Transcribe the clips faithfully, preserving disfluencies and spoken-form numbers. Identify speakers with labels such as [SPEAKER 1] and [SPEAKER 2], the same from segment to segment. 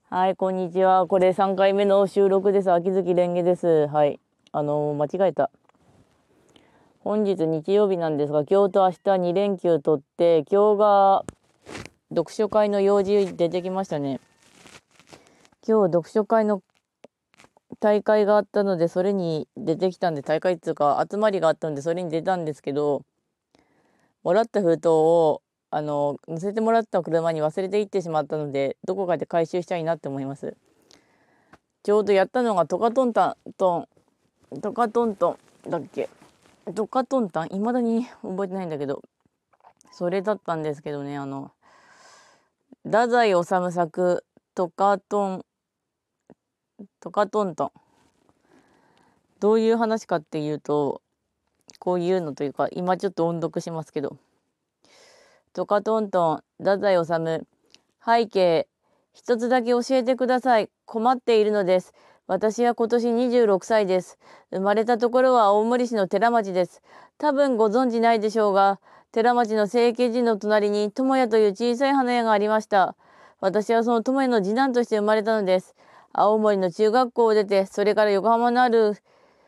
[SPEAKER 1] はい、こんにちは。これさんかいめの収録です。秋月蓮華です。はい。あのー間違えた。本日日曜日なんですが、今日と明日に連休取って、今日が読書会の用事出てきましたね。今日読書会の大会があったので、それに出てきたんで、大会っていうか集まりがあったんで、それに出たんですけど、もらった封筒を、あのー乗せてもらった車に忘れて行ってしまったので、どこかで回収したいなって思います。ちょうどやったのがトカトンタントン、トカトントンだっけトカトンタンいまだに覚えてないんだけど、それだったんですけどね、あの、太宰治作、トカトン、トカトントン。どういう話かっていうと、こういうのというか、今ちょっと音読しますけど、トカトントン、太宰治、背景、一つだけ教えてください。困っているのです。私は今年にじゅうろくさいです。生まれたところは青森市の寺町です。多分ご存知ないでしょうが、寺町の清家寺の隣に友屋という小さい花屋がありました。私はその友屋の次男として生まれたのです。青森の中学校を出て、それから横浜のある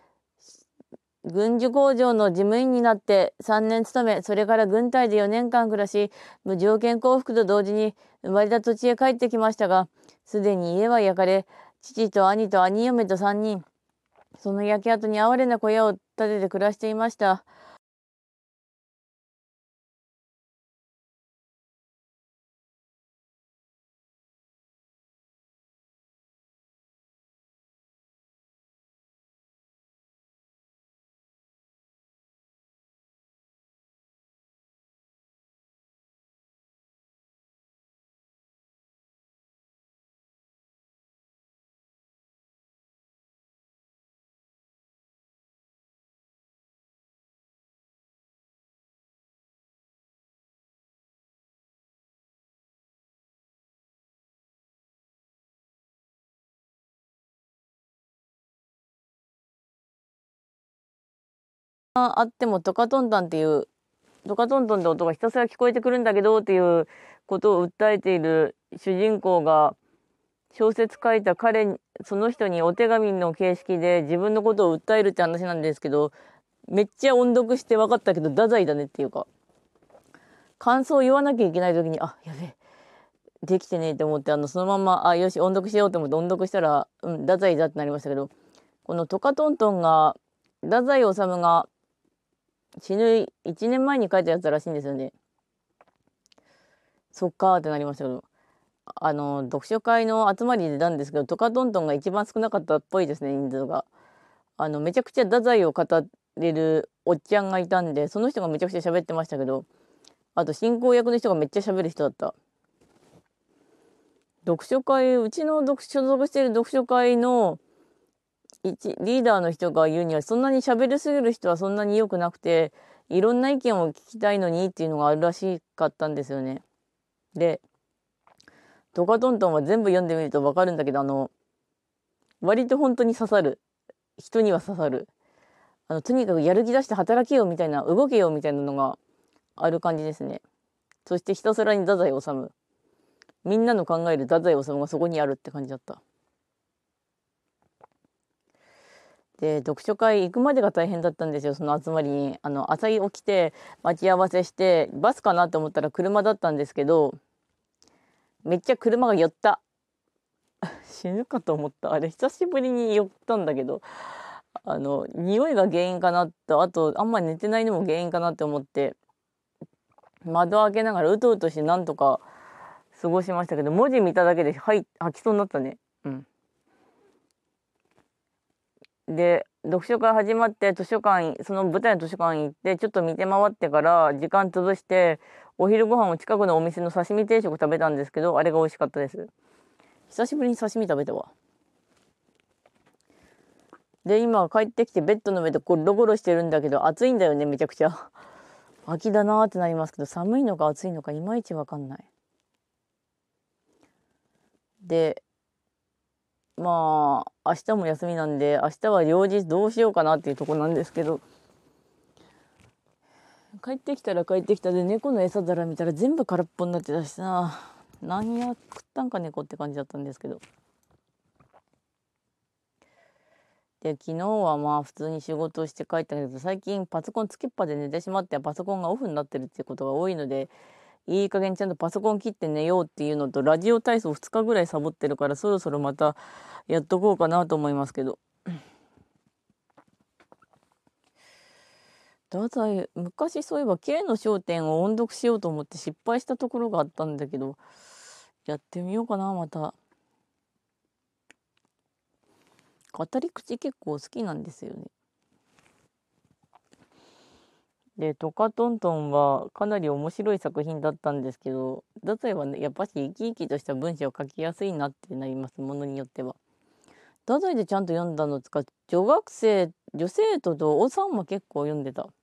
[SPEAKER 1] 軍需工場の事務員になってさんねん勤め、それから軍隊でよねんかん暮らし、無条件降伏と同時に生まれた土地へ帰ってきましたが、すでに家は焼かれ、父と兄と兄嫁とさんにん、その焼け跡に哀れな小屋を建てて暮らしていました。あってもトカトンタンっていう、トカトントンって音がひたすら聞こえてくるんだけどっていうことを訴えている主人公が、小説書いた彼に、その人にお手紙の形式で自分のことを訴えるって話なんですけど、めっちゃ音読して分かったけど、太宰だねっていうか、感想を言わなきゃいけない時に、あ、やべえ、できてねえと思って、あの、そのまま、あ、よし、音読しようと思って音読したら、うん、太宰だってなりましたけど、このトカトントンが、太宰治が死ぬいちねんまえに書いたやつらしいんですよね。そっかーってなりましたけど、あの、読書会の集まりでなんですけど、トカトントンが一番少なかったっぽいですね、人数が。あの、めちゃくちゃ太宰を語れるおっちゃんがいたんで、その人がめちゃくちゃ喋ってましたけど、あと進行役の人がめっちゃ喋る人だった。読書会、うちの読所属している読書会の一リーダーの人が言うには、そんなに喋りすぎる人はそんなに良くなくて、いろんな意見を聞きたいのにっていうのがあるらしかったんですよね。で、トカトントンは全部読んでみると分かるんだけど、あの、割と本当に刺さる。人には刺さる。あの、とにかくやる気出して働けよみたいな、動けよみたいなのがある感じですね。そしてひたすらに太宰治。みんなの考える太宰治がそこにあるって感じだった。で、読書会行くまでが大変だったんですよ、その集まりに。あの、朝起きて待ち合わせして、バスかなと思ったら車だったんですけど、めっちゃ車が寄った。死ぬかと思った。あれ、久しぶりに寄ったんだけど、あの、匂いが原因かなと、あと、あんまり寝てないのも原因かなって思って、窓開けながらうとうとしてなんとか過ごしましたけど、文字見ただけで、はい、吐きそうになったね。うん。で、読書会始まって図書館、その舞台の図書館行って、ちょっと見て回ってから時間潰して、お昼ご飯を近くのお店の刺身定食食べたんですけど、あれが美味しかったです。久しぶりに刺身食べたわ。で、今帰ってきてベッドの上でゴロゴロしてるんだけど、暑いんだよね、めちゃくちゃ。秋だなーってなりますけど、寒いのか暑いのかいまいちわかんない。で、まあ、明日も休みなんで、明日は用事どうしようかなっていうとこなんですけど、帰ってきたら帰ってきたで猫の餌皿見たら全部空っぽになってたしな。 何や食ったんか猫って感じだったんですけど。で昨日はまあ普通に仕事をして帰ったけど、最近パソコンつけっぱで寝てしまってパソコンがオフになってるっていうことが多いので、いい加減ちゃんとパソコン切って寝ようっていうのと、ラジオ体操ふつかぐらいサボってるから、そろそろまたやっとこうかなと思いますけど。太宰昔そういえば K の焦点を音読しようと思って失敗したところがあったんだけど、やってみようかなまた。語り口結構好きなんですよね。でトカトントンはかなり面白い作品だったんですけど、太宰はねやっぱし生き生きとした文章を書きやすいなってなります、ものによっては。太宰でちゃんと読んだのつか、女学生女生徒とおさんも結構読んでた。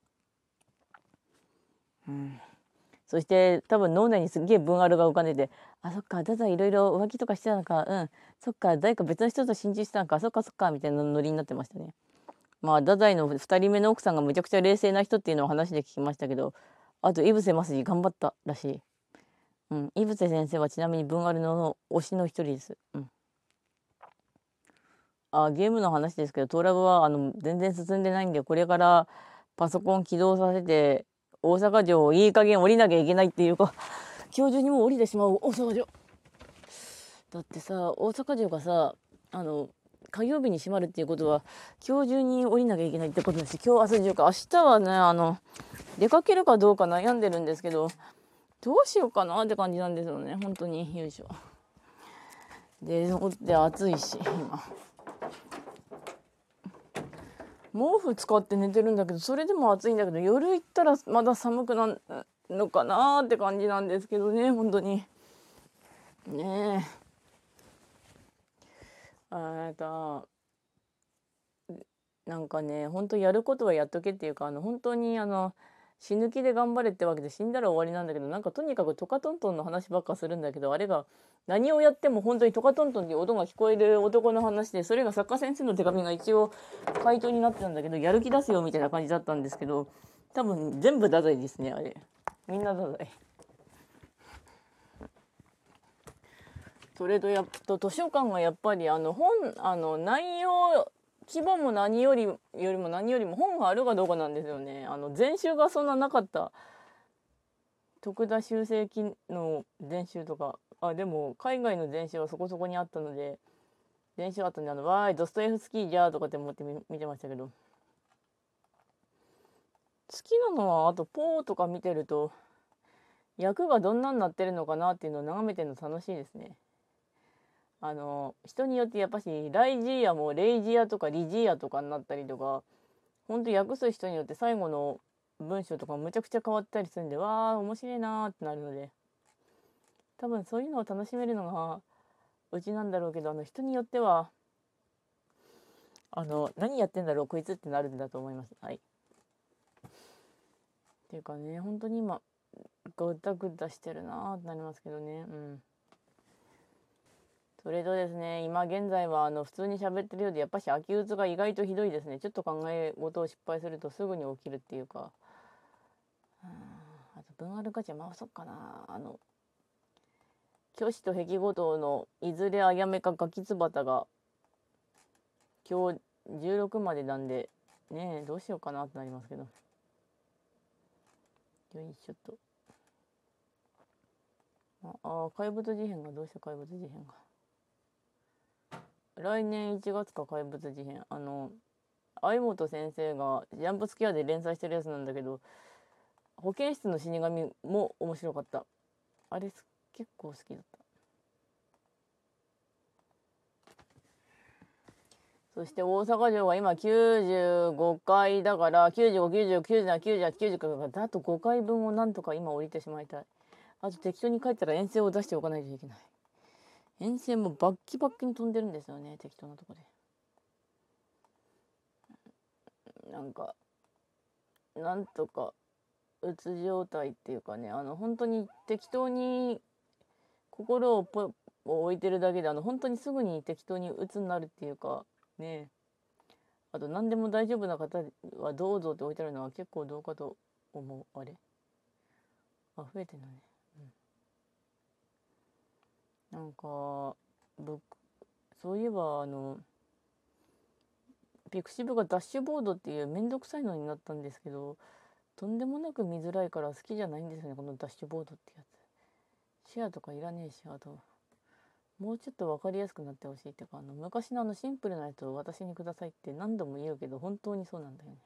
[SPEAKER 1] うん、そして多分脳内にすっげえ文あるが浮かんでて、あそっか太宰いろいろ浮気とかしてたのか、うんそっか誰か別の人と心中してたのか、そっかそっかみたいなノリになってましたね。まあ太宰のふたりめの奥さんがめちゃくちゃ冷静な人っていうのを話で聞きましたけど、あと井伏正治頑張ったらしい。うん、井伏先生はちなみに文あるの推しの一人です。うん、あゲームの話ですけど、トーラブはあの全然進んでないんで、これからパソコン起動させて大阪城をいい加減降りなきゃいけないっていうか、今日中にもう降りてしまう大阪城だってさ、大阪城がさあの火曜日に閉まるっていうことは今日中に降りなきゃいけないってことだし、今日明日中か明日はねあの出かけるかどうか悩んでるんですけど、どうしようかなって感じなんですよね本当に。よいしょ。でで暑いし今毛布使って寝てるんだけど、それでも暑いんだけど、夜行ったらまだ寒くなるのかなって感じなんですけどね本当にねえ。えっとなんかね本当やることはやっとけっていうか、あの本当にあの死ぬ気で頑張れってわけで死んだら終わりなんだけど、なんかとにかくトカトントンの話ばっかするんだけど、あれが何をやっても本当にトカトントンっていう音が聞こえる男の話で、それが作家先生の手紙が一応回答になってたんだけど、やる気出すよみたいな感じだったんですけど、多分全部太宰ですねあれ。みんな太宰。それとやっと図書館がやっぱりあの本あの内容規模も何よりよりも何よりも本があるかどうかなんですよね。あの全集がそんななかった。徳田修正記の全集とか、あでも海外の全集はそこそこにあったので、全集あったんで、あのわーいドストエフスキーじゃーとかって思って見てましたけど、好きなのはあとポーとか見てると役がどんなになってるのかなっていうのを眺めてるの楽しいですね。あの人によってやっぱしライジーヤもレイジアとかリジーアとかになったりとか、ほんと訳す人によって最後の文章とかむちゃくちゃ変わったりするんで、わー面白いなーってなるので、多分そういうのを楽しめるのがうちなんだろうけど、あの人によってはあの何やってんだろうこいつってなるんだと思います。はい。っていうかね本当に今グダグダしてるなーってなりますけどね。うん。それとですね、今現在はあの普通に喋ってるようでやっぱし秋うつが意外とひどいですね。ちょっと考え事を失敗するとすぐに起きるっていうか、うん、あと文ある価値はまあそっかな、あの虚子と壁五島のいずれあやめかガキツバタが今日じゅうろくまでなんでね、どうしようかなってなりますけど、よいしょと。ああ怪物事変がどうした怪物事変が来年いちがつか。怪物事変、あの相本先生がジャンプスケアで連載してるやつなんだけど、保健室の死神も面白かった。あれ結構好きだった。そして大阪城が今きゅうじゅうごかいだから、きゅうじゅうご、きゅうじゅう、きゅうじゅうなな、きゅうじゅうはち、きゅうじゅうきゅうだとごかいぶんをなんとか今降りてしまいたい。あと適当に帰ったら遠征を出しておかないといけない。遠征もバッキバッキに飛んでるんですよね、適当なとこで。なんかなんとかうつ状態っていうかね、あの本当に適当に心をポを置いてるだけで、あの本当にすぐに適当に鬱になるっていうかね。あと何でも大丈夫な方はどうぞって置いてあるのは結構どうかと思う。あれあ増えてるのね、 なんかぶそういえばあのピクシブがダッシュボードっていうめんどくさいのになったんですけど、とんでもなく見づらいから好きじゃないんですよね、このダッシュボードってやつ。シェアとかいらねえし、あともうちょっと分かりやすくなってほしいっていうか、あの昔のあのシンプルなやつを私にくださいって何度も言うけど本当にそうなんだよね。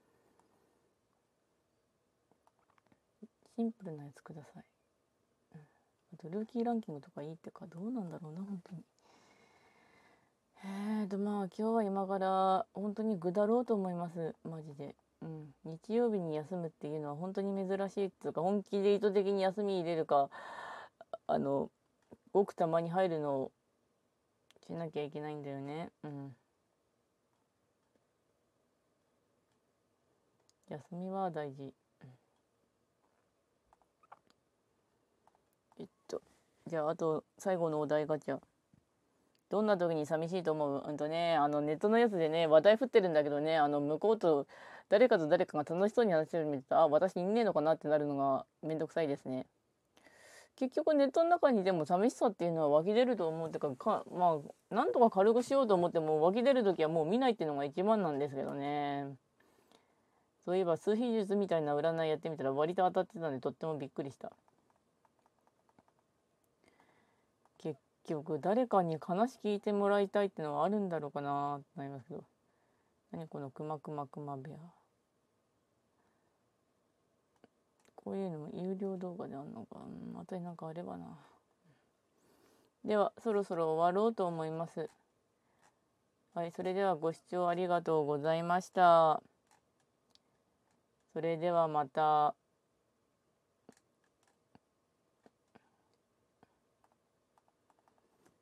[SPEAKER 1] シンプルなやつください。うん、あとルーキーランキングとかいいってか、どうなんだろうな本当に。えーとまあ今日は今から本当にぐだろうと思いますマジで。うん、日曜日に休むっていうのは本当に珍しいっていうか、本気で意図的に休み入れるか、あのごくたまに入るのをしなきゃいけないんだよね。うん。休みは大事。えっとじゃああと最後のお題ガチャ。どんな時に寂しいと思う？うんとね、あのネットのやつでね話題振ってるんだけどね、あの向こうと誰かと誰かが楽しそうに話してるの見ると、あ私いんねえのかなってなるのがめんどくさいですね。結局ネットの中にでも寂しさっていうのは湧き出ると思うってか、かまあなんとか軽くしようと思っても湧き出る時はもう見ないっていうのが一番なんですけどね。そういえば数秘術みたいな占いやってみたら割と当たってたんでとってもびっくりした。結局誰かに話聞いてもらいたいってのはあるんだろうかなってなりますけど。何このくまくまくま部屋。こういうのも有料動画であんのか。うん、またなんかあればな。ではそろそろ終わろうと思います。はい、それではご視聴ありがとうございました。それではまた。